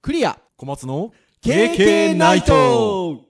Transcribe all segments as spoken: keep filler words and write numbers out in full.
クリア小松のケーケー ナイト。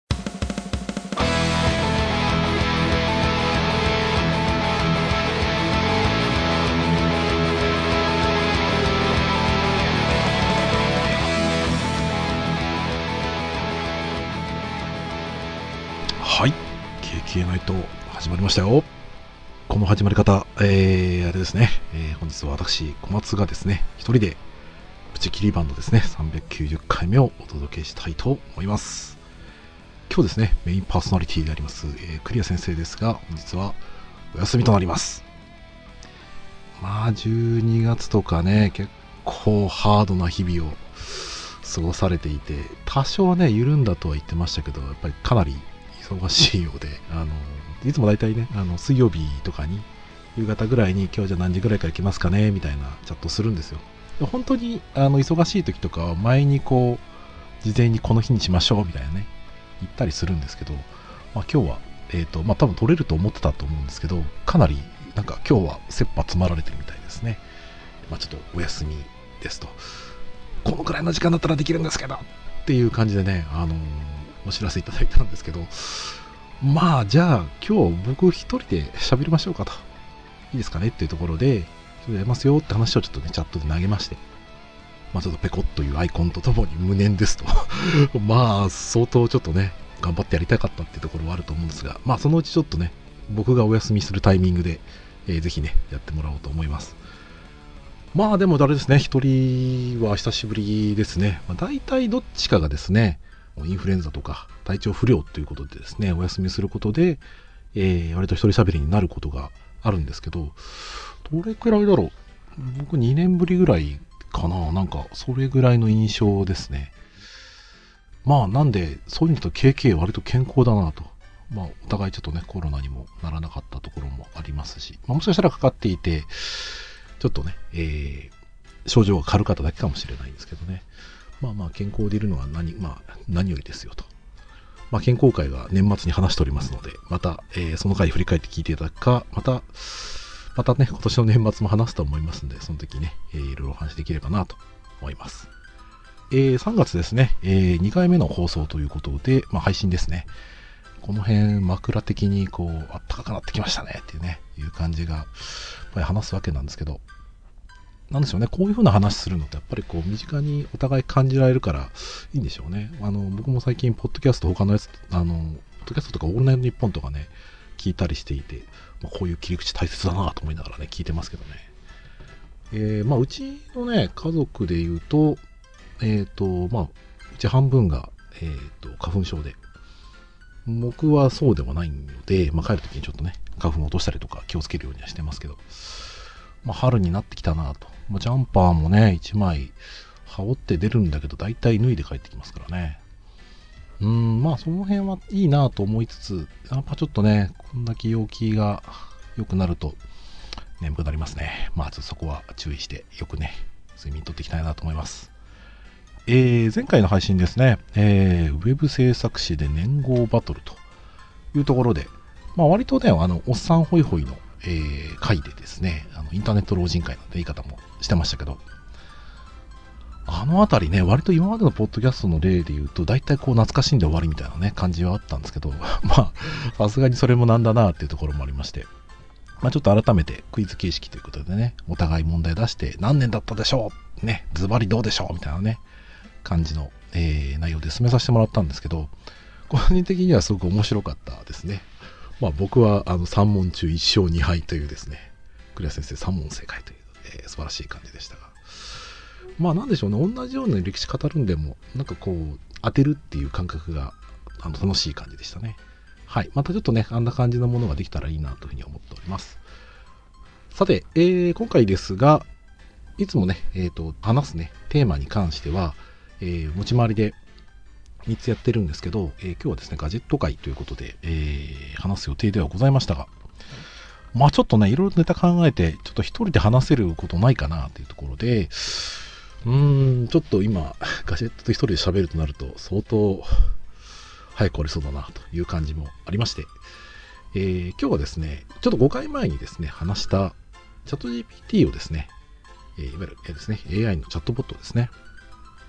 はい ケーケー ナイト始まりましたよ。この始まり方、えー、あれですね、えー、本日は私小松がですね一人でプチキリバンドですねさんびゃくきゅうじゅっかいめをお届けしたいと思います。今日ですねメインパーソナリティであります、えー、クリア先生ですが本日はお休みとなります。まあじゅうにがつとかね結構ハードな日々を過ごされていて、多少ね緩んだとは言ってましたけど、やっぱりかなり忙しいようで、あのいつもだいたいねあの水曜日とかに夕方ぐらいに今日じゃ何時ぐらいから行きますかねみたいなチャットするんですよ。本当にあの忙しい時とかは前にこう事前にこの日にしましょうみたいなね言ったりするんですけど、まあ、今日はえっ、とまあ多分取れると思ってたと思うんですけど、かなりなんか今日は切羽詰まられてるみたいですね。まあちょっとお休みですと、このくらいの時間だったらできるんですけどっていう感じでね、あのー、お知らせいただいたんですけど、まあじゃあ今日僕一人で喋りましょうかと、いいですかねっていうところで、ちょっとやりますよって話をちょっとねチャットで投げまして、まあちょっとペコッというアイコンとともに無念ですとまあ相当ちょっとね頑張ってやりたかったっていうところはあると思うんですが、まあそのうちちょっとね僕がお休みするタイミングで、えー、ぜひねやってもらおうと思います。まあでもあれですね、一人は久しぶりですね。まあ、大体どっちかがですね、インフルエンザとか体調不良ということでですね、お休みすることで、えー、割と一人喋りになることがあるんですけど、どれくらいだろう。僕にねんぶりぐらいかな。なんかそれぐらいの印象ですね。まあなんで、そういうのと ケーケー 割と健康だなと。まあお互いちょっとね、コロナにもならなかったところもありますし、まあ、もしかしたらかかっていて、ちょっとね、えー、症状が軽かっただけかもしれないんですけどね。まあまあ健康でいるのは何、まあ何よりですよと。まあ健康会が年末に話しておりますので、また、えー、その回振り返って聞いていただくか、また、またね、今年の年末も話すと思いますので、その時ね、えー、いろいろお話できればなと思います。えー、さんがつですね、えー、にかいめの放送ということで、まあ配信ですね。この辺枕的にこう、あったかくなってきましたねっていうね、いう感じが、やっぱり話すわけなんですけど、なんでしょうね、こういう風な話するのってやっぱりこう身近にお互い感じられるからいいんでしょうね。あの僕も最近ポッドキャスト他のやつ、あのポッドキャストとかオールナイトニッポンとかね聞いたりしていて、まあ、こういう切り口大切だなと思いながらね聞いてますけどね。えー、まあうちのね家族で言うと、えっ、ー、とまあうち半分がえっ、ー、と花粉症で、僕はそうではないので、まあ、帰るときにちょっとね花粉を落としたりとか気をつけるようにはしてますけど。まあ、春になってきたなと。まあ、ジャンパーもね、一枚羽織って出るんだけど、大体脱いで帰ってきますからね。うーん、まあその辺はいいなと思いつつ、やっぱちょっとね、こんだけ陽気が良くなると眠くなりますね。まあちょっとそこは注意してよくね、睡眠とっていきたいなと思います。えー、前回の配信ですね、えー、ウェブ制作誌で年号バトルというところで、まあ割とね、あの、おっさんホイホイのえー、回でですね、あのインターネット老人会なんて言い方もしてましたけど、あのあたりね、割と今までのポッドキャストの例で言うと、大体こう懐かしんで終わりみたいなね、感じはあったんですけど、まあ、さすがにそれもなんだなっていうところもありまして、まあちょっと改めてクイズ形式ということでね、お互い問題出して、何年だったでしょうね、ズバリどうでしょうみたいなね、感じの、えー、内容で進めさせてもらったんですけど、個人的にはすごく面白かったですね。まあ僕はあのさん問中いっ勝に敗というですね、クリア先生さん問正解という、えー、素晴らしい感じでしたが、まあなんでしょうね、同じような歴史語るんでもなんかこう当てるっていう感覚があの楽しい感じでしたね。はい、またちょっとねあんな感じのものができたらいいなというふうに思っております。さて、えー、今回ですが、いつもね、えーと話すねテーマに関しては、えー、持ち回りでみっつやってるんですけど、えー、今日はですねガジェット会ということで、えー、話す予定ではございましたが、まあちょっとねいろいろネタ考えてちょっと一人で話せることないかなというところで、うーんちょっと今ガジェットと一人で喋るとなると相当早く終わりそうだなという感じもありまして、えー、今日はですねちょっとごかいまえにですね話したチャット ジーピーティー をですね、えー、いわゆる、えー、ですね エーアイ のチャットボットですね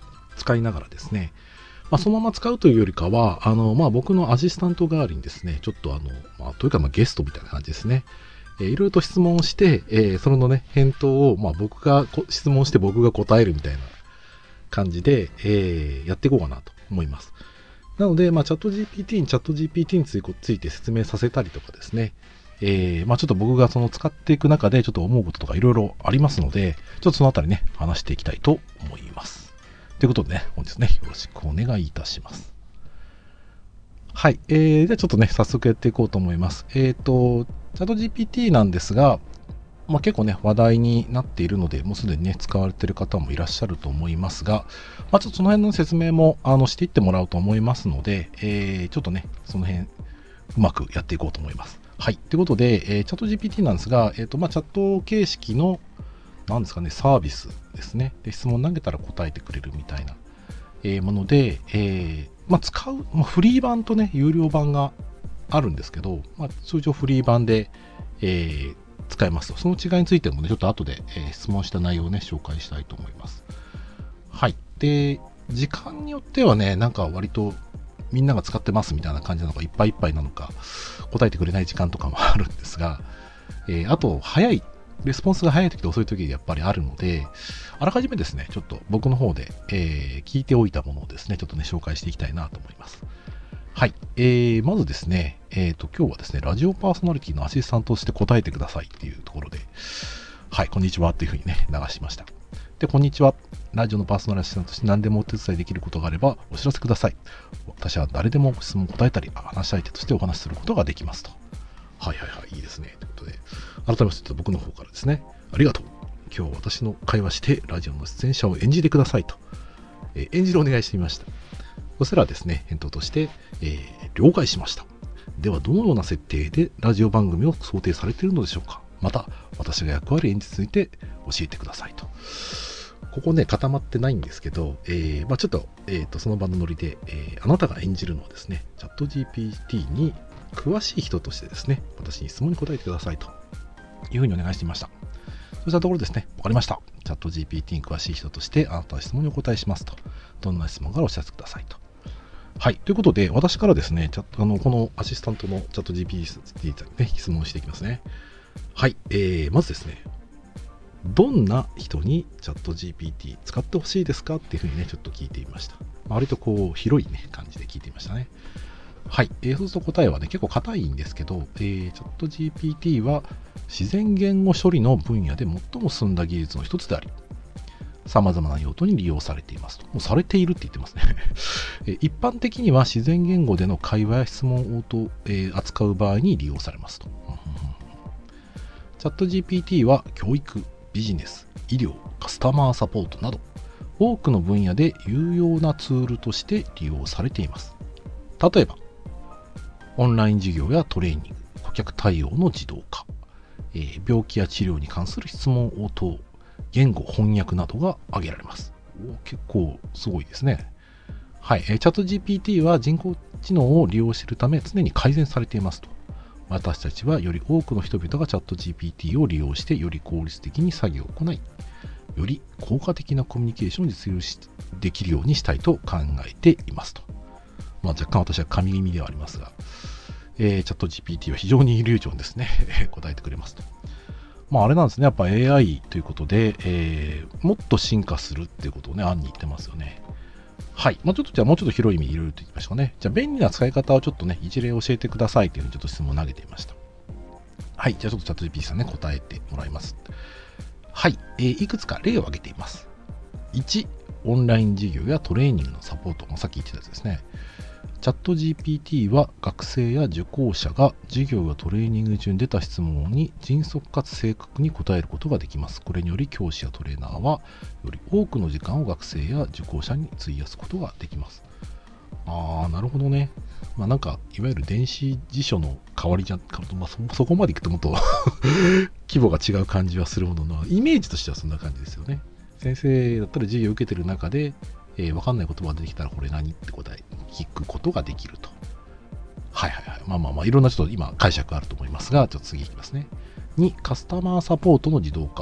使いながらですね、まあ、そのまま使うというよりかは、あの、まあ、僕のアシスタント代わりにですね、ちょっとあの、まあ、というかまあゲストみたいな感じですね。えー、いろいろと質問をして、えー、そのね、返答を、まあ、僕が質問して僕が答えるみたいな感じで、えー、やっていこうかなと思います。なので、まあ、チャット ジーピーティー にチャット ジーピーティー についついて説明させたりとかですね、えー、まあ、ちょっと僕がその使っていく中でちょっと思うこととかいろいろありますので、ちょっとそのあたりね、話していきたいと思います。ということでね、本日ね、よろしくお願いいたします。はい、えー、じゃあちょっとね、早速やっていこうと思います。えっと、チャット ジーピーティー なんですが、まあ、結構ね、話題になっているので、もうすでにね、使われている方もいらっしゃると思いますが、まあ、ちょっとその辺の説明もあのしていってもらおうと思いますので、えー、ちょっとね、その辺、うまくやっていこうと思います。はい。ということで、えー、チャット ジーピーティー なんですが、えっと、まあ、チャット形式の、なんですかね、サービスですね。で、質問投げたら答えてくれるみたいな、えー、もので、えー、まあ、使う、まあ、フリー版とね、有料版があるんですけど、まあ、通常フリー版で、えー、使えますと。その違いについてもね、ちょっと後で、えー、質問した内容をね、紹介したいと思います。はい。で、時間によってはね、なんか割とみんなが使ってますみたいな感じなのか、いっぱいいっぱいなのか、答えてくれない時間とかもあるんですが、えー、あと、早い、レスポンスが早い時と遅い時でやっぱりあるので、あらかじめですね、ちょっと僕の方で、えー、聞いておいたものをですね、ちょっとね、紹介していきたいなと思います。はい。えー、まずですね、えっと、今日はですね、ラジオパーソナリティのアシスタントとして答えてくださいっていうところで、はい、こんにちはっていうふうにね、流しました。で、こんにちは。ラジオのパーソナルアシスタントとして何でもお手伝いできることがあればお知らせください。私は誰でも質問を答えたり、話し相手としてお話しすることができますと。はいはいはい、いいですね。ということで、改めまして僕の方からですね、ありがとう。今日は私の会話してラジオの出演者を演じてくださいと。えー、演じるお願いしてみました。そしたらですね、返答として、えー、了解しました。では、どのような設定でラジオ番組を想定されているのでしょうか。また、私が役割演じについて教えてくださいと。ここね、固まってないんですけど、えーまあ、ちょっと、えーと、その場のノリで、えー、あなたが演じるのはですね、チャット ジーピーティー に詳しい人としてですね、私に質問に答えてくださいというふうにお願いしていました。そうしたところですね、わかりました。チャット ジーピーティー に詳しい人として、あなたは質問にお答えしますと。どんな質問があればお知らせくださいと。はい。ということで、私からですね、チャットあのこのアシスタントのチャット ジーピーティー にね、質問していきますね。はい。えー、まずですね、どんな人にチャット ジーピーティー 使ってほしいですかっていうふうにね、ちょっと聞いてみました。割とこう、広いね、感じで聞いてみましたね。はい。えー、そうすると答えはね、結構硬いんですけど、えー、チャット ジーピーティー は自然言語処理の分野で最も進んだ技術の一つであり、様々な用途に利用されていますと。もうされているって言ってますね。一般的には自然言語での会話や質問を扱う場合に利用されますと。チャット ジーピーティー は教育、ビジネス、医療、カスタマーサポートなど多くの分野で有用なツールとして利用されています。例えば、オンライン授業やトレーニング、顧客対応の自動化、えー、病気や治療に関する質問応答、言語翻訳などが挙げられます。お結構すごいですね。はい、チャット ジーピーティー は人工知能を利用しているため常に改善されていますと。私たちはより多くの人々がチャット ジーピーティー を利用してより効率的に作業を行い、より効果的なコミュニケーションを実現できるようにしたいと考えていますと。まあ、若干私は神気味ではありますが、えー、チャット ジーピーティー は非常にイリュージョンですね。答えてくれますと。まああれなんですね。やっぱ エーアイ ということで、えー、もっと進化するっていうことをね、案に言ってますよね。はい。まあちょっとじゃあもうちょっと広い意味でいろいろと言いましょうね。じゃあ便利な使い方をちょっとね、一例教えてくださいというふうにちょっと質問を投げてみました。はい。じゃあちょっとチャット ジーピーティー さんね、答えてもらいます。はい。えー、いくつか例を挙げています。いち、オンライン授業やトレーニングのサポート。まあ、さっき言ってたやつですね。チャット ジーピーティー は学生や受講者が授業やトレーニング中に出た質問に迅速かつ正確に答えることができます。これにより教師やトレーナーはより多くの時間を学生や受講者に費やすことができます。あー、なるほどね。まあなんか、いわゆる電子辞書の代わりじゃん、まあ、そ, そこまでいくともっと規模が違う感じはするものの、イメージとしてはそんな感じですよね。先生だったら授業を受けてる中で、えー、分かんない言葉が出てきたらこれ何って答え聞くことができると。はいはいはい。まあまあまあいろんなちょっと今解釈あると思いますが、ちょっと次いきますね。に、カスタマーサポートの自動化。チ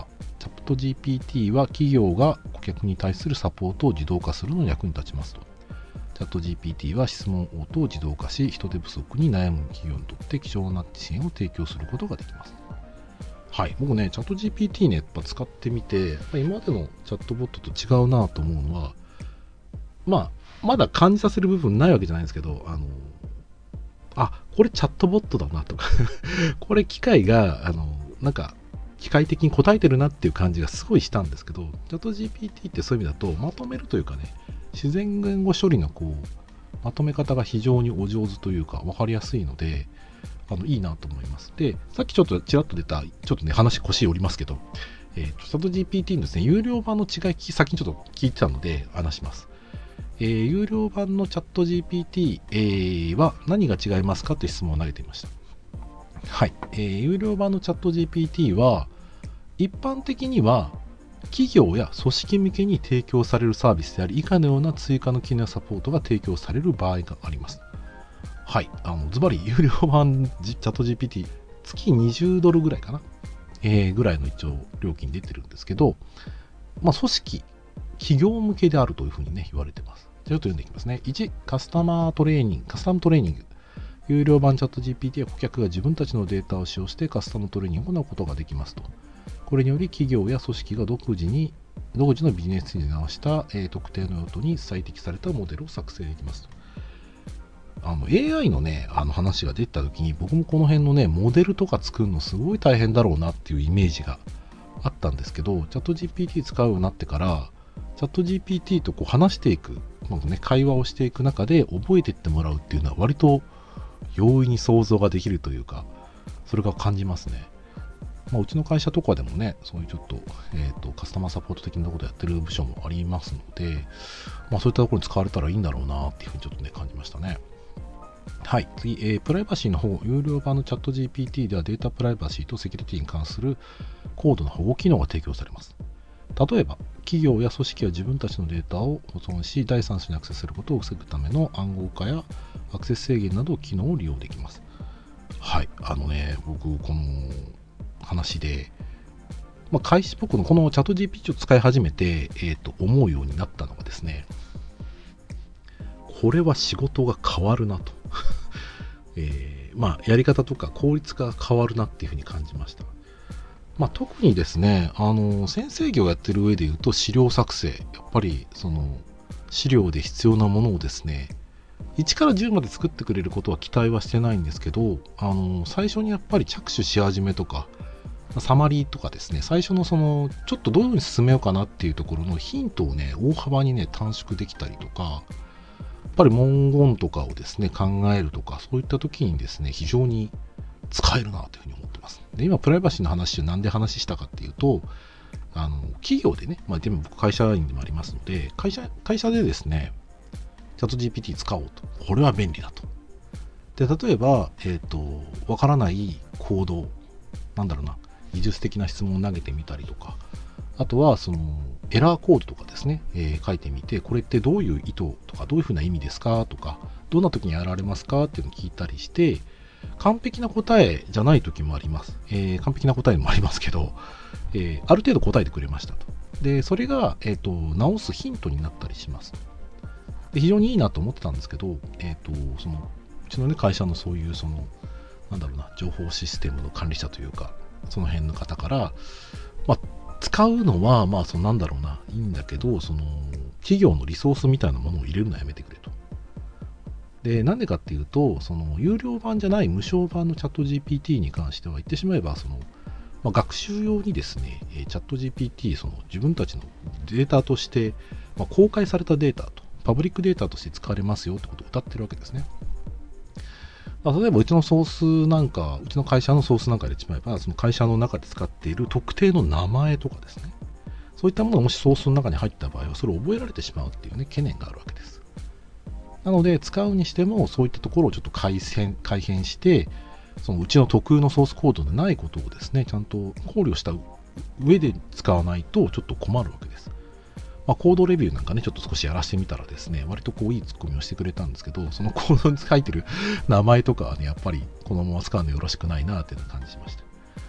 チャット ジーピーティー は企業が顧客に対するサポートを自動化するのに役に立ちますと。チャット ジーピーティー は質問応答を自動化し、人手不足に悩む企業にとって貴重な支援を提供することができます。はい、僕ね、チャット ジーピーティー ね、やっぱ使ってみて、今までのチャットボットと違うなと思うのは、まあ、まだ感じさせる部分ないわけじゃないんですけど、あの、あ、これチャットボットだなとか、これ機械が、あの、なんか、機械的に答えてるなっていう感じがすごいしたんですけど、チャット ジーピーティー ってそういう意味だと、まとめるというかね、自然言語処理のこう、まとめ方が非常にお上手というか、わかりやすいので、あの、いいなと思います。で、さっきちょっとちらっと出た、ちょっとね、話腰折りますけど、えー、チャット ジーピーティー のですね、有料版の違い、先にちょっと聞いてたので、話します。えー、有料版のチャット ジーピーティー、えー、は何が違いますかという質問を投げていました。はい、えー、有料版のチャット ジーピーティー は一般的には企業や組織向けに提供されるサービスであり以下のような追加の機能やサポートが提供される場合があります。はい、あのズバリ有料版チャット ジーピーティー 月にじゅうドルぐらいかな、えー、ぐらいの一応料金出てるんですけど、まあ、組織企業向けであるというふうにね言われてます。ちょっと読んでいきますね。いち、カスタマートレーニング、カスタムトレーニング。有料版チャット ジーピーティー は顧客が自分たちのデータを使用してカスタムトレーニングを行うことができますと。これにより企業や組織が独自に、独自のビジネスに直した、えー、特定の用途に最適されたモデルを作成できますと。あの エーアイ のね、あの話が出た時に僕もこの辺のね、モデルとか作るのすごい大変だろうなっていうイメージがあったんですけど、チャット ジーピーティー 使うようになってから、チャット ジーピーティー とこう話していく、まあね、会話をしていく中で覚えていってもらうっていうのは割と容易に想像ができるというか、それが感じますね。まあ、うちの会社とかでもね、そういうちょっと、えーと、カスタマーサポート的なことをやってる部署もありますので、まあ、そういったところに使われたらいいんだろうなっていうふうにちょっとね、感じましたね。はい、次、えー、プライバシーの方、有料版のチャット ジーピーティー ではデータプライバシーとセキュリティに関する高度な保護機能が提供されます。例えば、企業や組織は自分たちのデータを保存し、第三者にアクセスすることを防ぐための暗号化やアクセス制限など機能を利用できます。はい、あのね、僕、この話で、まあ、開始、僕のこのチャット ジーピーティー を使い始めて、えーと、思うようになったのがですね、これは仕事が変わるなと。えー、まあ、やり方とか効率が変わるなっていうふうに感じました。まあ、特にですね、あの先生業をやってる上でいうと資料作成、やっぱりその資料で必要なものをですね、いちからじゅうまで作ってくれることは期待はしてないんですけど、あの最初にやっぱり着手し始めとか、サマリーとかですね、最初のそのちょっとどういうふうに進めようかなっていうところのヒントをね、大幅にね短縮できたりとか、やっぱり文言とかをですね考えるとか、そういった時にですね非常に使えるなというふうに思ってます。で、今プライバシーの話をなんで話したかっていうと、あの企業でね、まあ、でも僕会社員でもありますので、会社会社でですね、チャット ジーピーティー 使おうと、これは便利だと。で、例えば、えっと、わからないコード、なんだろうな、技術的な質問を投げてみたりとか、あとはそのエラーコードとかですね、えー、書いてみて、これってどういう意図とか、どういうふうな意味ですかとか、どんな時にやられますかっていうのを聞いたりして、完璧な答えじゃない時もあります。えー、完璧な答えもありますけど、えー、ある程度答えてくれましたと。で、それが、えーと、直すヒントになったりします。で、非常にいいなと思ってたんですけど、えーと、そのうちの、ね、会社のそういうそのなんだろうな、情報システムの管理者というか、その辺の方から、まあ、使うのはまあそのなんだろうな、いいんだけど、その企業のリソースみたいなものを入れるのはやめてくれと。で、なんでかっていうと、その有料版じゃない無償版のチャット ジーピーティー に関しては言ってしまえば、その、まあ、学習用にですね、チャット ジーピーティー、その自分たちのデータとして、まあ、公開されたデータと、パブリックデータとして使われますよってことを謳ってるわけですね。まあ、例えばうちのソースなんか、うちの会社のソースなんかで言ってしまえば、その会社の中で使っている特定の名前とかですね、そういったものがもしソースの中に入った場合は、それを覚えられてしまうっていうね、懸念があるわけです。なので、使うにしても、そういったところをちょっと改変、改変して、そのうちの特有のソースコードでないことをですね、ちゃんと考慮した上で使わないとちょっと困るわけです。まあ、コードレビューなんかね、ちょっと少しやらせてみたらですね、割とこういいツッコミをしてくれたんですけど、そのコードに書いてる名前とかはね、やっぱりこのまま使うのよろしくないなっていう感じしました。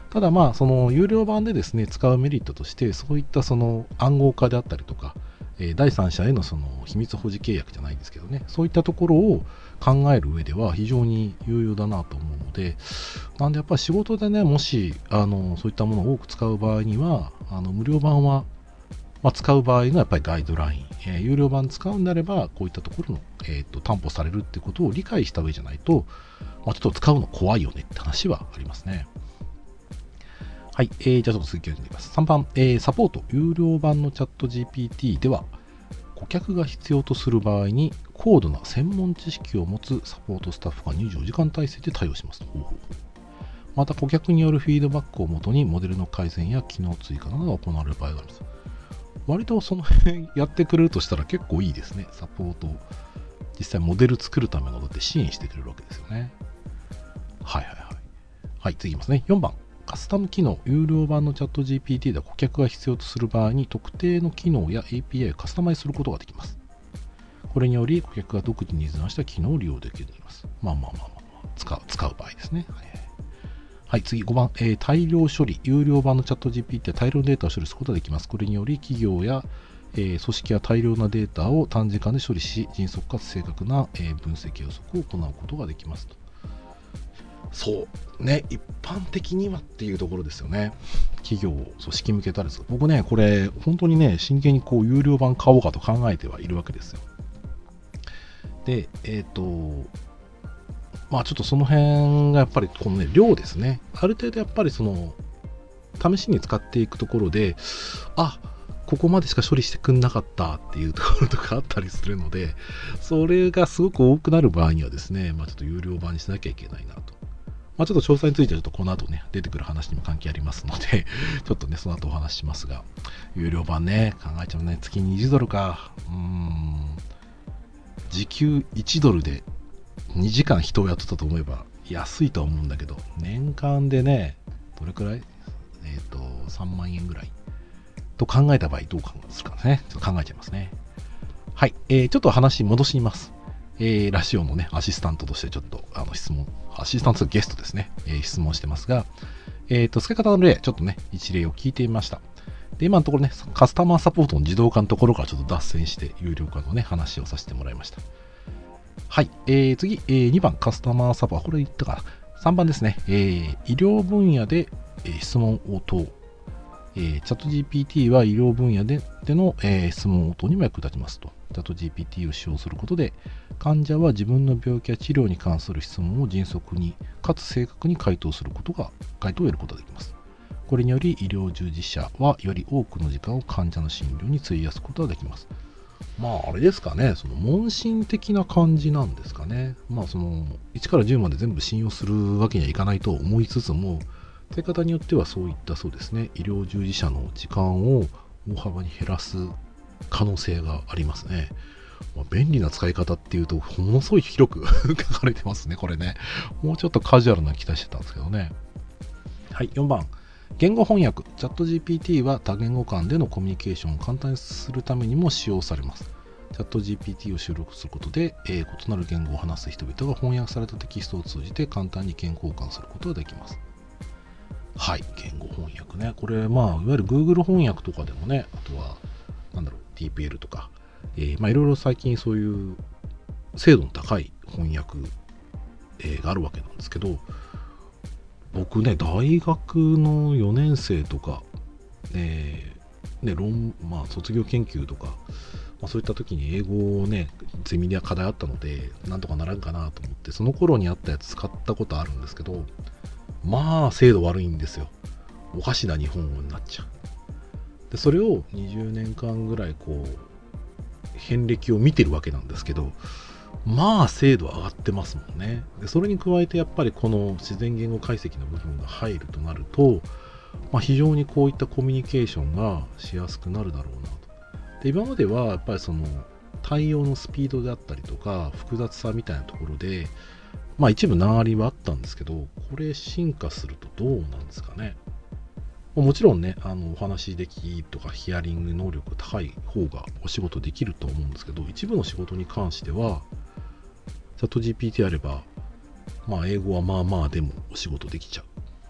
ただまあその有料版でですね使うメリットとして、そういったその暗号化であったりとか、えー、第三者へのその秘密保持契約じゃないんですけどね、そういったところを考える上では非常に有用だなと思うので、なんでやっぱり仕事でね、もしあのそういったものを多く使う場合には、あの無料版は、まあ、使う場合のやっぱりガイドライン、えー、有料版使うんであればこういったところの、えー、と担保されるってことを理解した上じゃないと、まあ、ちょっと使うの怖いよねって話はありますね。はい、えー、じゃあちょっと続きを読んでみます。さんばん、えー、サポート。有料版のチャット ジーピーティー では、顧客が必要とする場合に、高度な専門知識を持つサポートスタッフがにじゅうよじかん体制で対応します。ほうほうほう。また、顧客によるフィードバックをもとに、モデルの改善や機能追加などが行われる場合があります。割とその辺やってくれるとしたら結構いいですね。サポート。実際モデル作るためのだって支援してくれるわけですよね。はいはいはい。はい、次いきますね。よんばん。カスタム機能。有料版のチャット ジーピーティー では顧客が必要とする場合に特定の機能や エーピーアイ をカスタマイズすることができます。これにより顧客が独自にニーズに合わせた機能を利用できるようになります。まあまあまあまあ、まあ、使う、使う場合ですね。はい、はい、次ごばん、えー、大量処理。有料版のチャット ジーピーティー は大量のデータを処理することができます。これにより企業や、えー、組織は大量なデータを短時間で処理し、迅速かつ正確な、えー、分析予測を行うことができますと。そうね、一般的にはっていうところですよね。企業、組織向けたらです。僕ね、これ本当にね、真剣にこう有料版買おうかと考えてはいるわけですよ。で、えっと、まあちょっとその辺がやっぱりこのね、量ですね。ある程度やっぱりその、試しに使っていくところで、あ、ここまでしか処理してくんなかったっていうところとかあったりするので、それがすごく多くなる場合にはですね、まあちょっと有料版にしなきゃいけないなと。まあ、ちょっと詳細についてはちょっとこの後ね、出てくる話にも関係ありますので、ちょっとね、その後お話ししますが、有料版ね、考えちゃうね、月にじゅうドルか、うーん、時給いちドルでにじかん人を雇ったと思えば安いとは思うんだけど、年間でね、どれくらいえっと、さんまんえんぐらいと考えた場合どう考えするかね、ちょっと考えちゃいますね。はい、えー、ちょっと話戻します。えー、ラジオのね、アシスタントとしてちょっとあの質問、アシスタントゲストですね、えー、質問してますが、えっと、使い方の例、ちょっとね、一例を聞いてみました。で、今のところね、カスタマーサポートの自動化のところからちょっと脱線して、有料化のね、話をさせてもらいました。はい、えー、次、えー、にばん、カスタマーサポート、これ言ったかな。さんばんですね、えー、医療分野で、えー、質問応答。えー、チャット ジーピーティー は医療分野ででの、えー、質問応答にも役立ちますと。チャット ジーピーティー を使用することで、患者は自分の病気や治療に関する質問を迅速にかつ正確に回答することが、回答を得ることができます。これにより医療従事者はより多くの時間を患者の診療に費やすことができます。まああれですかね、その問診的な感じなんですかね。まあそのいちからじゅうまで全部信用するわけにはいかないと思いつつも、使い方によってはそういったそうですね、医療従事者の時間を大幅に減らす可能性がありますね。まあ、便利な使い方っていうと、ものすごい広く書かれてますね、これね。もうちょっとカジュアルな期待してたんですけどね。はい、よんばん。言語翻訳。チャット ジーピーティー は多言語間でのコミュニケーションを簡単にするためにも使用されます。チャット ジーピーティー を収録することで、えー、異なる言語を話す人々が翻訳されたテキストを通じて簡単に意見交換することができます。はい、言語翻訳ね。これ、まあ、いわゆる Google 翻訳とかでもね、あとは、なんだろう、ディーピーエル とか、えー、まあ、いろいろ最近そういう精度の高い翻訳、えー、があるわけなんですけど、僕ね、大学のよねん生とか、えー、ね、論、まあ、卒業研究とか、まあ、そういった時に英語をね、ゼミで課題あったので、なんとかならんかなと思って、その頃にあったやつ使ったことあるんですけど、まあ精度悪いんですよ。おかしな日本語になっちゃう。でそれをにじゅうねんかんぐらいこう遍歴を見てるわけなんですけど、まあ精度上がってますもんね。でそれに加えてやっぱりこの自然言語解析の部分が入るとなると、まあ、非常にこういったコミュニケーションがしやすくなるだろうなと。で今まではやっぱりその対応のスピードであったりとか複雑さみたいなところで、まあ一部難ありはあったんですけど、これ進化するとどうなんですかね。もちろんね、あのお話できとかヒアリング能力が高い方がお仕事できると思うんですけど、一部の仕事に関しては、チャット ジーピーティー あれば、まあ英語はまあまあでもお仕事できちゃう。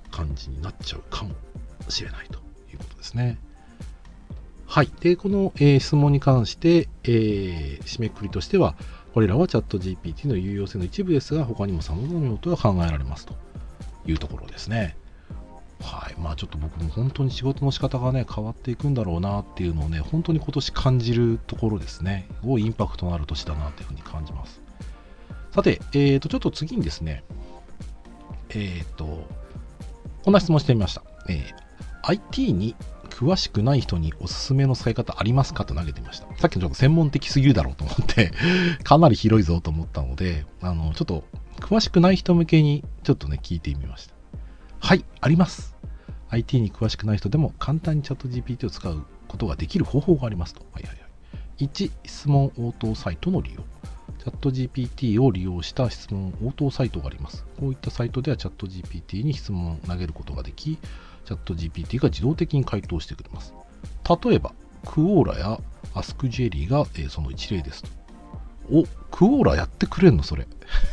感じになっちゃうかもしれないということですね。はい。で、この、えー質問に関して、えー締めくくりとしては、これらはチャット ジーピーティー の有用性の一部ですが、他にも様々な用途が考えられますというところですね。はい。まあちょっと僕も本当に仕事の仕方がね、変わっていくんだろうなっていうのをね、本当に今年感じるところですね。すごいインパクトのある年だなというふうに感じます。さて、えーと、ちょっと次にですね、えーと、こんな質問してみました。えー アイティー に詳しくない人におすすめの使い方ありますかと投げてみました。さっきのちょっと専門的すぎるだろうと思ってかなり広いぞと思ったので、あの、ちょっと詳しくない人向けにちょっとね、聞いてみました。はい、あります。アイティー に詳しくない人でも簡単にチャット ジーピーティー を使うことができる方法がありますと。はいはいはい。いち、質問応答サイトの利用。チャット ジーピーティー を利用した質問応答サイトがあります。こういったサイトではチャット ジーピーティー に質問を投げることができ、チャット ジーピーティー が自動的に回答してくれます。例えば、クオーラやアスクジェリーが、えーその一例ですと。お、クオーラやってくれんのそれ。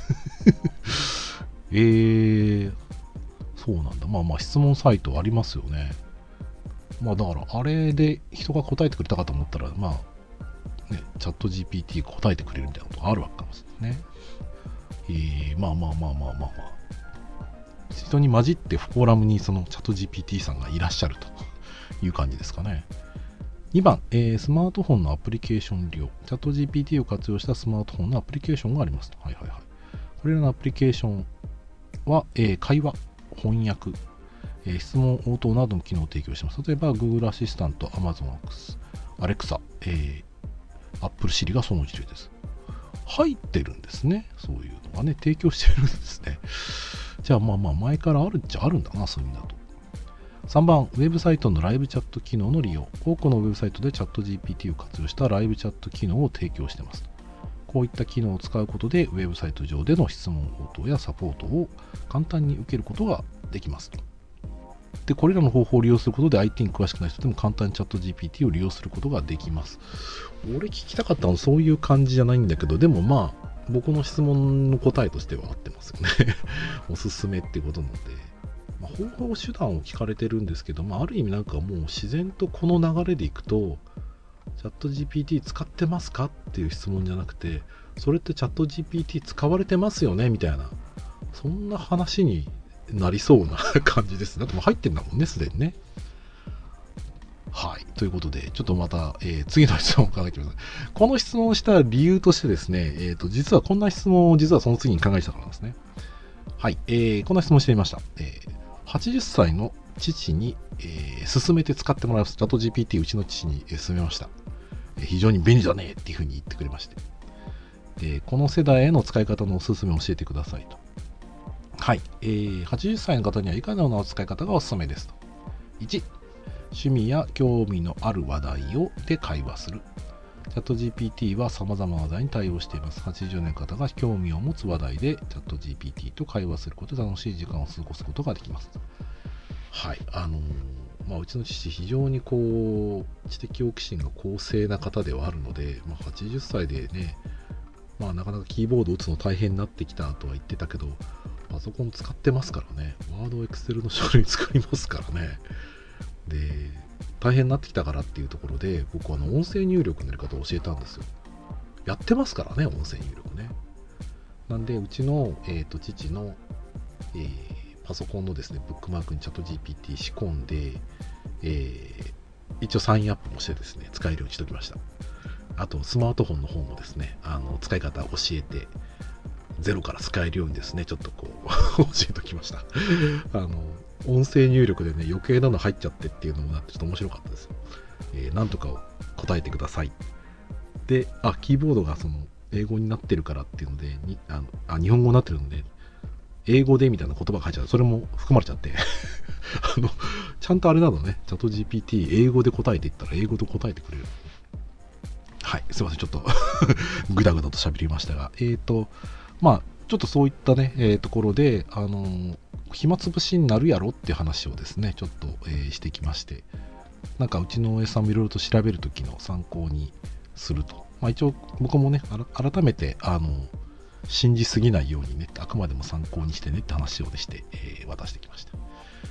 えー、そうなんだ。まあまあ質問サイトありますよね。まあだからあれで人が答えてくれたかと思ったら、まあね、チャット ジーピーティー が答えてくれるみたいなことがあるわけかもしれないね。えー、まあまあまあまあまあまあ。人に混じってフォーラムにそのチャット ジーピーティー さんがいらっしゃるという感じですかね。にばん、えースマートフォンのアプリケーション利用。チャット ジーピーティー を活用したスマートフォンのアプリケーションがあります。はいはいはい。これらのアプリケーションは、えー会話、翻訳、えー質問応答などの機能を提供しています。例えば Google アシスタント、Amazon Alexa、えー、Apple Siri がその一例です。入ってるんですね。そういうのがね、提供してるんですね。じゃあまあまあ前からあるっちゃあるんだな、そういう意味だと。さんばん、ウェブサイトのライブチャット機能の利用。多くのウェブサイトでチャット ジーピーティー を活用したライブチャット機能を提供しています。こういった機能を使うことで、ウェブサイト上での質問応答やサポートを簡単に受けることができますと。で、これらの方法を利用することで アイティー に詳しくない人でも簡単にチャット ジーピーティー を利用することができます。俺聞きたかったのはそういう感じじゃないんだけど、でもまあ、僕の質問の答えとしては合ってますよね。おすすめってことなので。まあ、方法手段を聞かれてるんですけど、まあ、ある意味なんかもう自然とこの流れでいくと、チャット ジーピーティー 使ってますかっていう質問じゃなくて、それってチャット ジーピーティー 使われてますよねみたいな、そんな話になりそうな感じです。だってもう入ってんだもんね、すでにね。はい。ということで、ちょっとまた、えー次の質問を考えてください。この質問をした理由としてですね、えっ、と、実はこんな質問を実はその次に考えてたからなんですね。はい。えーこんな質問をしてみました。えーはちじゅっさいの父に、えー勧めて使ってもらいます。チャット ジーピーティー うちの父にえー勧めました。えー非常に便利だねっていうふうに言ってくれまして。で、この世代への使い方のおすすめを教えてくださいと。はい。えーはちじゅっさいの方には以下のような使い方がおすすめですと。いち、趣味や興味のある話題をで会話する。チャット ジーピーティー は様々な話題に対応しています。はちじゅうねんの方が興味を持つ話題でチャット ジーピーティー と会話することで楽しい時間を過ごすことができます。はい。あのーまあ、うちの父、非常にこう、知的好奇心が旺盛な方ではあるので、まあ、はちじゅっさいでね、まあ、なかなかキーボードを打つの大変になってきたとは言ってたけど、パソコン使ってますからね、ワード、エクセルの書類作りますからね。で、大変になってきたからっていうところで、僕はあの音声入力のやり方を教えたんですよ。やってますからね、音声入力ね。なんで、うちの、えー、と父の、えーパソコンのですね、ブックマークにチャット ジーピーティー 仕込んで、えー一応サインアップもしてですね、使えるようにしておきました。あと、スマートフォンの方もですね、あの使い方を教えて、ゼロから使えるようにですね、ちょっとこう教えておきました。あの音声入力でね、余計なの入っちゃってっていうのもなってちょっと面白かったです。えー、なんとかを答えてください。で、あ、キーボードがその英語になってるからっていうので、にあのあ日本語になってるので、英語でみたいな言葉が書いちゃう。それも含まれちゃって。あの、ちゃんとあれなのね、チャット ジーピーティー 英語で答えていったら英語で答えてくれる。はい、すいません、ちょっとぐだぐだと喋りましたが、えーと、まあ、ちょっとそういったね、えーところで、あのー暇つぶしになるやろっていう話をですね、ちょっと、えーしてきまして、なんかうちの親さんもいろいろと調べるときの参考にすると。まあ一応僕もね、あら改めて、あの、信じすぎないようにね、あくまでも参考にしてねって話をねして、えー渡してきました。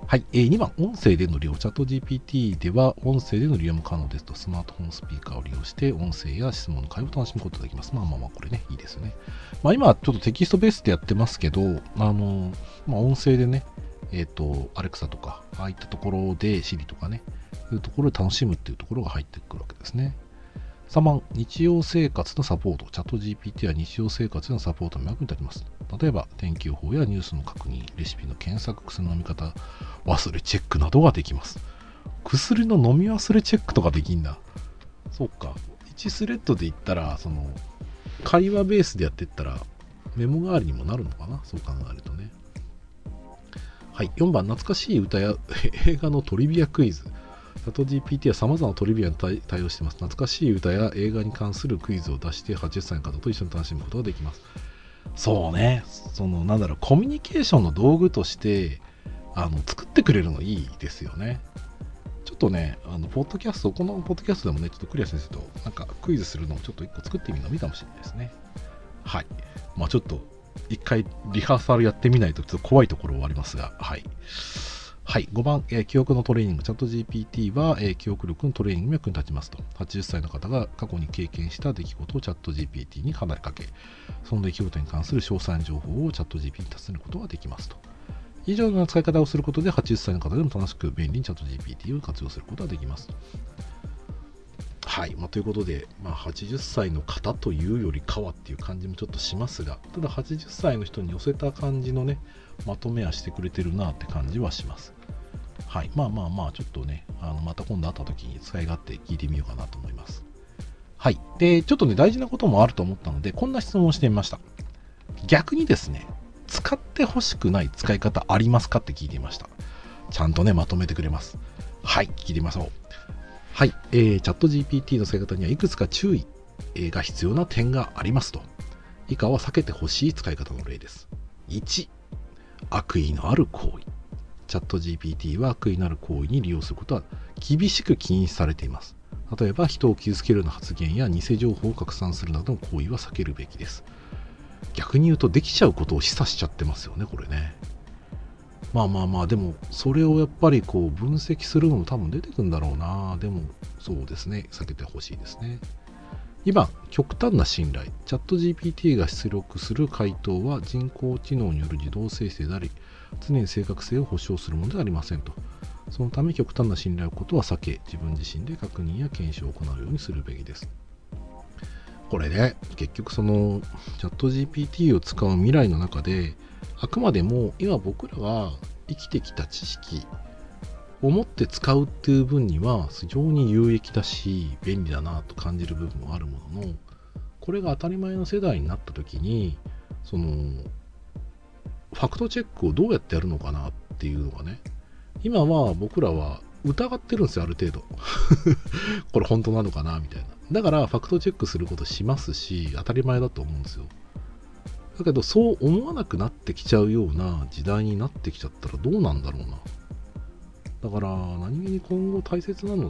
はい、えー、にばん、音声での利用。チャット ジーピーティー では音声での利用も可能ですと、スマートフォンスピーカーを利用して音声や質問の会話を楽しむことができます。まあまあまあ、これね、いいですよね。まあ今、ちょっとテキストベースでやってますけど、あの、まあ音声でね、えっと、アレクサとか、ああいったところで、シリとかね、いうところで楽しむっていうところが入ってくるわけですね。さんばん、日常生活のサポート。チャット ジーピーティー は日常生活のサポートの役に立ちます。例えば、天気予報やニュースの確認、レシピの検索、薬の飲み方、忘れチェックなどができます。薬の飲み忘れチェックとかできんだ。そうか。いちスレッドで言ったら、その、会話ベースでやっていったら、メモ代わりにもなるのかな、そう考えるとね。はい。よんばん、懐かしい歌や映画のトリビアクイズ。チャット ジーピーティー は様々なトリビアに対応しています。懐かしい歌や映画に関するクイズを出してはっじゅっさいの方と一緒に楽しむことができます。そうね。その、なんだろう、コミュニケーションの道具として、あの、作ってくれるのいいですよね。ちょっとね、あの、ポッドキャスト、このポッドキャストでもね、ちょっとクリア先生となんかクイズするのをちょっと一個作ってみるのもいいかもしれないですね。はい。まあちょっと、一回リハーサルやってみないとちょっと怖いところはありますが、はい。はい。ごばん、えー、記憶のトレーニング。チャット ジーピーティー は、えー、記憶力のトレーニングに役に立ちますと。はちじゅっさいの方が過去に経験した出来事をチャット ジーピーティー に話しかけ、その出来事に関する詳細な情報をチャット ジーピーティー に尋ねることができますと。以上の使い方をすることではちじゅっさいの方でも楽しく便利にチャット ジーピーティー を活用することができます。はい。まあ、ということで、まあ、はちじゅっさいの方というよりかはっていう感じもちょっとしますが、ただはちじゅっさいの人に寄せた感じのね、まとめはしてくれてるなって感じはします。はい。まあまあまあ、ちょっとね、あのまた今度会った時に使い勝手聞いてみようかなと思います。はい。で、ちょっとね、大事なこともあると思ったので、こんな質問をしてみました。逆にですね、使ってほしくない使い方ありますかって聞いてみました。ちゃんとね、まとめてくれます。はい、聞いてみましょう。はい、えー、チャット ジーピーティー の使い方にはいくつか注意が必要な点がありますと。以下は避けてほしい使い方の例です。いち、悪意のある行為。チャット ジーピーティー は悪意のある行為に利用することは厳しく禁止されています。例えば、人を傷つけるような発言や偽情報を拡散するなどの行為は避けるべきです。逆に言うと、できちゃうことを示唆しちゃってますよね、これね。まあまあまあ、でも、それをやっぱりこう分析するのも多分出てくるんだろうな。でも、そうですね、避けてほしいですね。にばん、極端な信頼。チャット ジーピーティー が出力する回答は人工知能による自動生成であり、常に正確性を保証するものではありませんと。そのため、極端な信頼をことは避け、自分自身で確認や検証を行うようにするべきです。これね、結局そのチャット ジーピーティー を使う未来の中で、あくまでも今僕らが生きてきた知識を持って使うっていう分には非常に有益だし便利だなと感じる部分もあるものの、これが当たり前の世代になった時に、そのファクトチェックをどうやってやるのかなっていうのがね、今は僕らは疑ってるんですよ、ある程度。これ本当なのかなみたいな。だからファクトチェックすることしますし、当たり前だと思うんですよ。だけどそう思わなくなってきちゃうような時代になってきちゃったらどうなんだろうな。だから何気に今後大切なのって、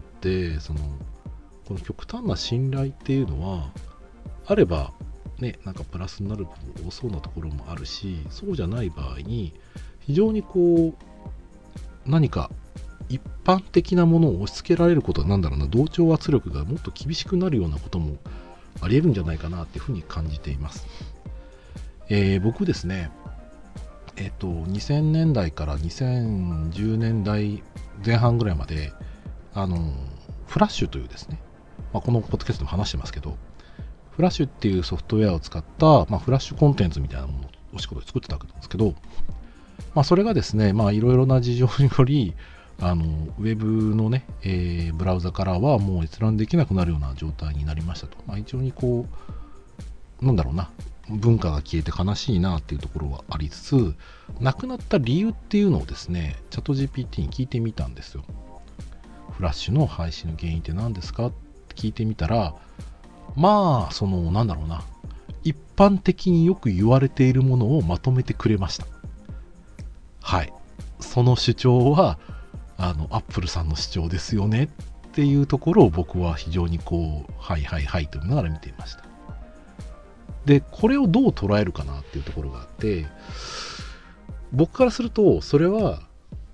そのこの極端な信頼っていうのはあればね、なんかプラスになる部分多そうなところもあるし、そうじゃない場合に非常にこう何か一般的なものを押し付けられることはなんだろうな、同調圧力がもっと厳しくなるようなこともあり得るんじゃないかなっていうふうに感じています。えー、僕ですね、えっとにせんねんだいからにせんじゅうねんだいぜん半ぐらいまであのフラッシュというですね、まあ、このポッドキャストでも話してますけど、フラッシュっていうソフトウェアを使った、まあ、フラッシュコンテンツみたいなものをお仕事で作ってたわけなんですけど、まあ、それがですね、まあいろいろな事情によりあのウェブのね、えー、ブラウザからはもう閲覧できなくなるような状態になりましたと。まあ、非常にこうなんだろうな、文化が消えて悲しいなっていうところはありつつ、なくなった理由っていうのをですね、チャット ジーピーティー に聞いてみたんですよ。フラッシュの廃止の原因って何ですかって聞いてみたら、まあそのなんだろうな、一般的によく言われているものをまとめてくれました。はい、その主張はあのアップルさんの主張ですよねっていうところを僕は非常にこうはいはいはいと見ながら見ていました。でこれをどう捉えるかなっていうところがあって、僕からするとそれは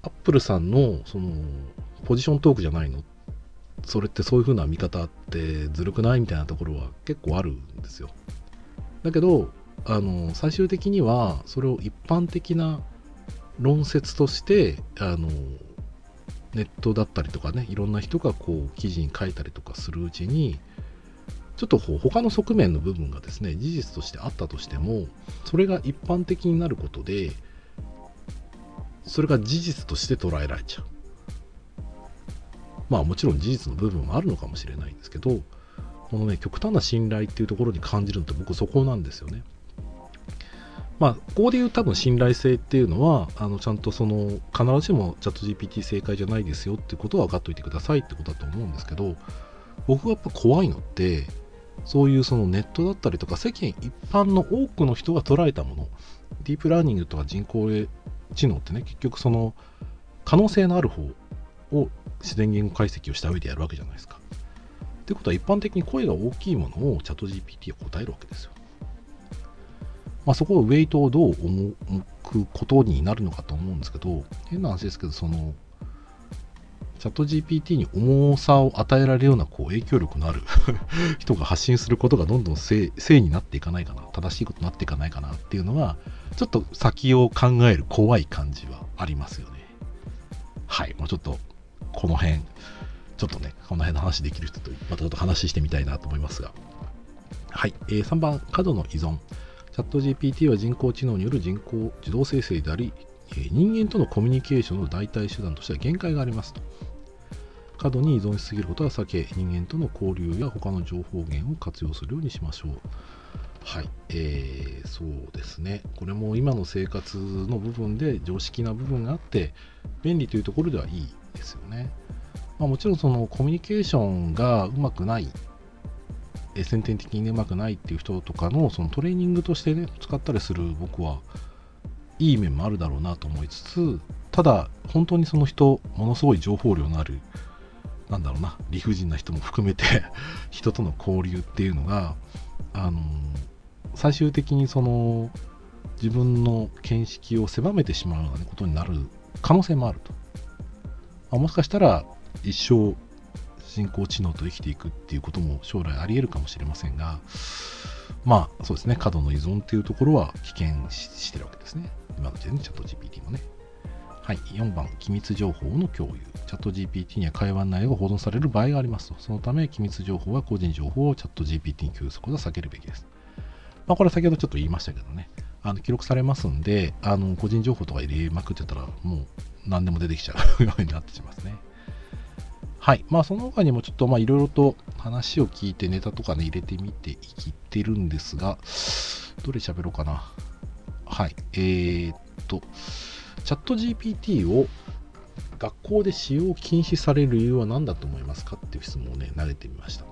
アップルさんのそのポジショントークじゃないの、それってそういう風な見方ってずるくないみたいなところは結構あるんですよ。だけどあの最終的にはそれを一般的な論説としてあのネットだったりとかね、いろんな人がこう記事に書いたりとかするうちに、ちょっとこう他の側面の部分がですね事実としてあったとしても、それが一般的になることでそれが事実として捉えられちゃう。まあもちろん事実の部分もあるのかもしれないんですけど、このね極端な信頼っていうところに感じるのって僕そこなんですよね。まあここでいう多分信頼性っていうのはあのちゃんとその必ずしもチャット ジーピーティー 正解じゃないですよっていうことは分かっておいてくださいってことだと思うんですけど、僕がやっぱ怖いのってそういうそのネットだったりとか世間一般の多くの人が捉えたもの、ディープラーニングとか人工知能ってね、結局その可能性のある方を自然言語解析をした上でやるわけじゃないですか。ってことは一般的に声が大きいものをチャット ジーピーティー は答えるわけですよ。まあそこをウェイトをどう重くことになるのかと思うんですけど、変な話ですけど、そのチャット ジーピーティー に重さを与えられるようなこう影響力のある人が発信することがどんどん正になっていかないかな、正しいことになっていかないかなっていうのが、ちょっと先を考える怖い感じはありますよね。はい、もうちょっとこの辺、ちょっとね、この辺の話できる人とまたちょっと話してみたいなと思いますが。はい、えー、さんばん、過度の依存。チャット ジーピーティー は人工知能による人工自動生成であり、えー、人間とのコミュニケーションの代替手段としては限界がありますと。過度に依存しすぎることは避け、人間との交流や他の情報源を活用するようにしましょう。はい、えー、そうですね。これも今の生活の部分で常識な部分があって、便利というところではいいですよね。まあ、もちろんそのコミュニケーションがうまくない、え先天的にうまくないっていう人とかのそのトレーニングとしてね使ったりする僕はいい面もあるだろうなと思いつつ、ただ本当にその人ものすごい情報量のある、なんだろうな、理不尽な人も含めて人との交流っていうのがあの最終的にその自分の見識を狭めてしまうようなことになる可能性もあると。あ、もしかしたら一生人工知能と生きていくっていうことも将来あり得るかもしれませんが、まあそうですね、過度の依存っていうところは危険 し, してるわけですね、今の時点でチャット ジーピーティー もね。はい、よんばん、機密情報の共有。チャット ジーピーティー には会話内容が保存される場合がありますと。そのため機密情報は個人情報をチャット ジーピーティー に共有することは避けるべきです。まあ、これは先ほどちょっと言いましたけどね、あの記録されますんで、あの個人情報とか入れまくってたらもう何でも出てきちゃうようになってしますね。はい、まあその他にもちょっとまあいろいろと話を聞いてネタとかね入れてみていってるんですが、どれ喋ろうかな。はい、えー、っとチャット ジーピーティー を学校で使用禁止される理由は何だと思いますかっていう質問をね投げてみました。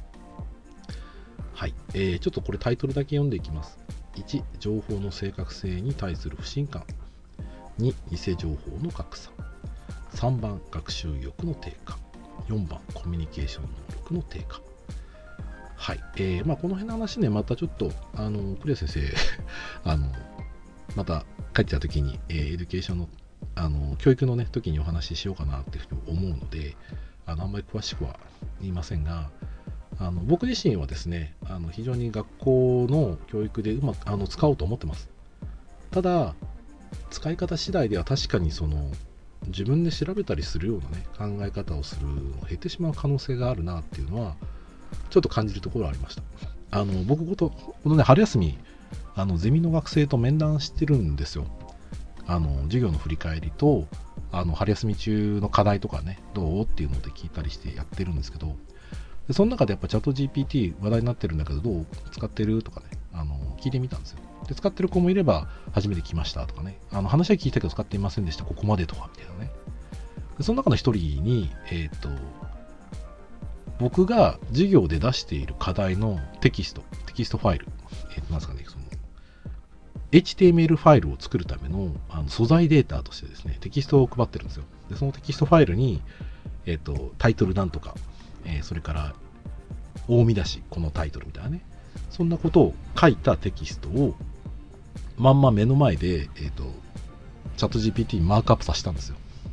はい、えー、ちょっとこれタイトルだけ読んでいきます。いち、情報の正確性に対する不信感。に、偽情報の拡散。さんばん、学習意欲の低下。よんばん、コミュニケーション能力の低下。はい、えー、まあこの辺の話ね、またちょっとあのクレア先生あのまた帰ってきた時に、えー、エデュケーションのあの教育のね時にお話ししようかなっていうふうに思うので、あのあんまり詳しくは言いませんが、あの僕自身はですね、あの非常に学校の教育でうまくあの使おうと思ってます。ただ使い方次第では確かにその自分で調べたりするようなね考え方をするのが減ってしまう可能性があるなっていうのはちょっと感じるところはありました。あの僕ことこのね春休みあのゼミの学生と面談してるんですよ。あの授業の振り返りとあの春休み中の課題とかねどうっていうので聞いたりしてやってるんですけど、でその中でやっぱチャット ジーピーティー 話題になってるんだけどどう使ってるとかねあの聞いてみたんですよ。で使ってる子もいれば初めて来ましたとかね、あの話は聞いたけど使っていませんでしたここまでとかみたいなね。でその中の一人にえっ、ー、と僕が授業で出している課題のテキストテキストファイル、えー、なんですかねそのエイチティーエムエル ファイルを作るための、あの素材データとしてですねテキストを配ってるんですよ。でそのテキストファイルに、えー、とタイトルなんとか、えー、それから大見出しこのタイトルみたいなね、そんなことを書いたテキストをまんま目の前で、えー、とチャット ジーピーティー にマークアップさせたんですよ。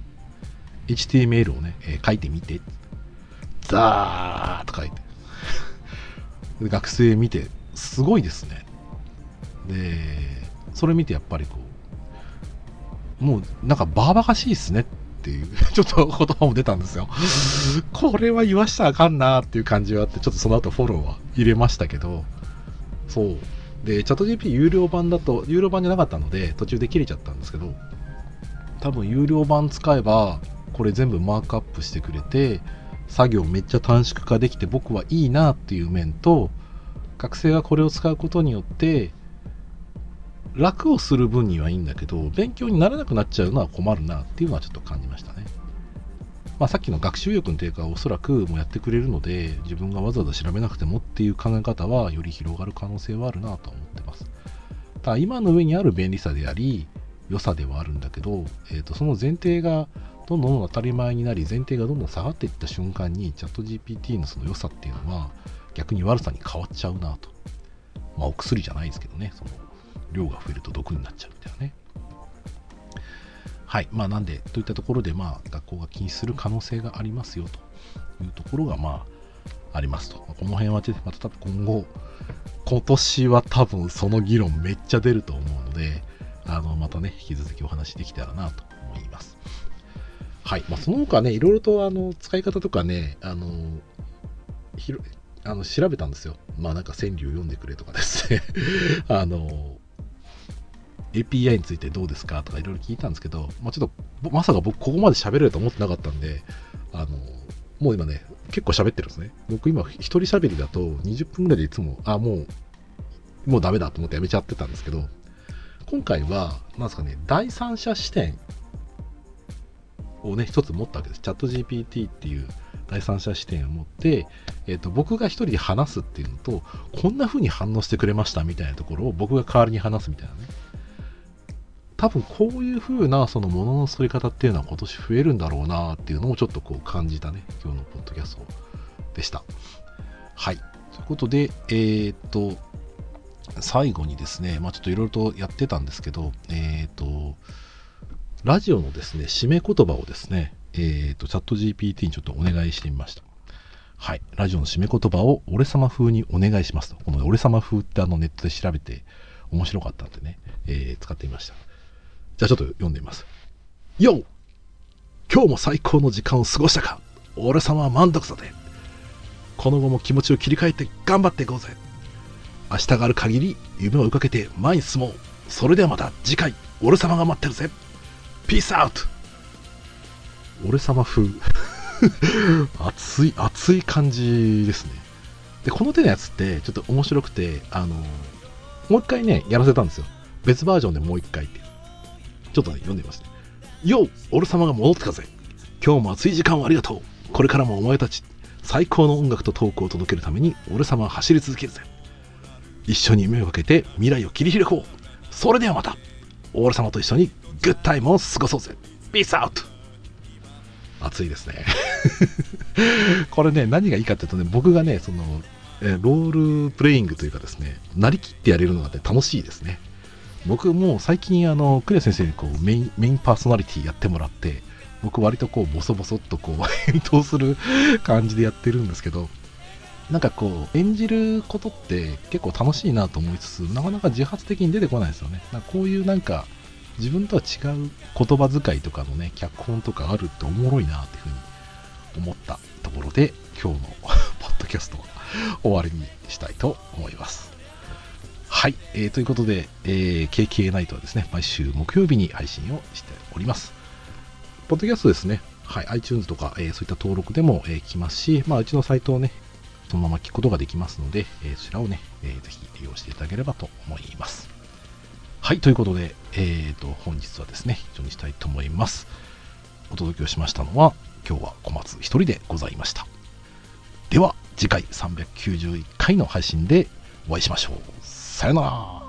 エイチティーエムエル をね、えー書いてみて。ザーッと書いて。で学生見て、すごいですね。で、それ見てやっぱりこう、もうなんかバーバカしいっすねっていう、ちょっと言葉も出たんですよ。これは言わしたらあかんなーっていう感じはあって、ちょっとその後フォローは入れましたけど、そう。で、チャット ジーピーティー 有料版だと、有料版じゃなかったので、途中で切れちゃったんですけど、多分有料版使えば、これ全部マークアップしてくれて、作業めっちゃ短縮化できて僕はいいなっていう面と、学生がこれを使うことによって、楽をする分にはいいんだけど、勉強にならなくなっちゃうのは困るなっていうのはちょっと感じましたね。まあ、さっきの学習意欲の低下はおそらくもうやってくれるので、自分がわざわざ調べなくてもっていう考え方はより広がる可能性はあるなと思ってます。ただ今の上にある便利さであり良さではあるんだけど、えーとその前提がどんどん当たり前になり、前提がどんどん下がっていった瞬間にチャット ジーピーティー のその良さっていうのは逆に悪さに変わっちゃうなと。まあお薬じゃないですけどね、その量が増えると毒になっちゃうみたいなね。はい。まあなんで、といったところで、まあ学校が禁止する可能性がありますよというところが、まあありますと。この辺はまた多分今後、今年は多分その議論めっちゃ出ると思うので、あの、またね、引き続きお話できたらなと思います。はい。まあその他ね、いろいろとあの、使い方とかね、あの、ひろあの調べたんですよ。まあなんか川柳読んでくれとかですね。あの、エーピーアイ についてどうですかとかいろいろ聞いたんですけど、まあ、ちょっとまさか僕ここまで喋れると思ってなかったんで、あのもう今ね結構喋ってるんですね。僕今一人喋りだとにじゅっぷんぐらいでいつもあもうもうダメだと思ってやめちゃってたんですけど、今回はなんですかね、第三者視点をね一つ持ったわけです。チャット ジーピーティー っていう第三者視点を持って、えーと、僕が一人で話すっていうのと、こんな風に反応してくれましたみたいなところを僕が代わりに話すみたいなね。多分こういう風なそのものの作り方っていうのは今年増えるんだろうなっていうのをちょっとこう感じたね、今日のポッドキャストでした。はい。ということで、えー、っと、最後にですね、まあちょっといろいろとやってたんですけど、えー、っと、ラジオのですね、締め言葉をですね、えー、っと、チャット ジーピーティー にちょっとお願いしてみました。はい。ラジオの締め言葉を俺様風にお願いしますと。この俺様風ってあのネットで調べて面白かったんでね、えー、使ってみました。じゃあちょっと読んでみます。よ！今日も最高の時間を過ごしたか？俺様は満足だぜ。この後も気持ちを切り替えて頑張っていこうぜ。明日がある限り夢を追いかけて前に進もう。それではまた次回、俺様が待ってるぜ。ピースアウト。俺様風。熱い、熱い感じですね。で、この手のやつってちょっと面白くて、あの、もう一回ね、やらせたんですよ。別バージョンでもう一回って。ちょっとね、読んでみますね。よう、俺様が戻ってきたぜ。今日も熱い時間をありがとう。これからもお前たち、最高の音楽とトークを届けるために、俺様は走り続けるぜ。一緒に夢をかけて未来を切り開こう。それではまた、俺様と一緒にグッタイムを過ごそうぜ。ピースアウト。熱いですね。これね、何がいいかっていうとね、僕がね、その、えロールプレイングというかですね、なりきってやれるのがね、楽しいですね。僕も最近あのクレア先生にこうメインメインパーソナリティやってもらって、僕割とこうボソボソっとこう返答する感じでやってるんですけど、なんかこう演じることって結構楽しいなと思いつつ、なかなか自発的に出てこないですよね。なんかこういうなんか自分とは違う言葉遣いとかのね、脚本とかあるっておもろいなっていうふうに思ったところで、今日のポッドキャストは終わりにしたいと思います。はい、えー、ということで、えー、ケーケー ナイトはですね、毎週木曜日に配信をしております。ポッドキャストですね、はい、iTunes とか、えー、そういった登録でも、えー、聞きますし、まあ、うちのサイトをね、そのまま聞くことができますので、えー、そちらをね、えー、ぜひ利用していただければと思います。はい、ということで、えーと、本日はですね、以上にしたいと思います。お届けをしましたのは、今日は小松一人でございました。では、次回さんびゃくきゅうじゅういっかいの配信でお会いしましょう。さよなら。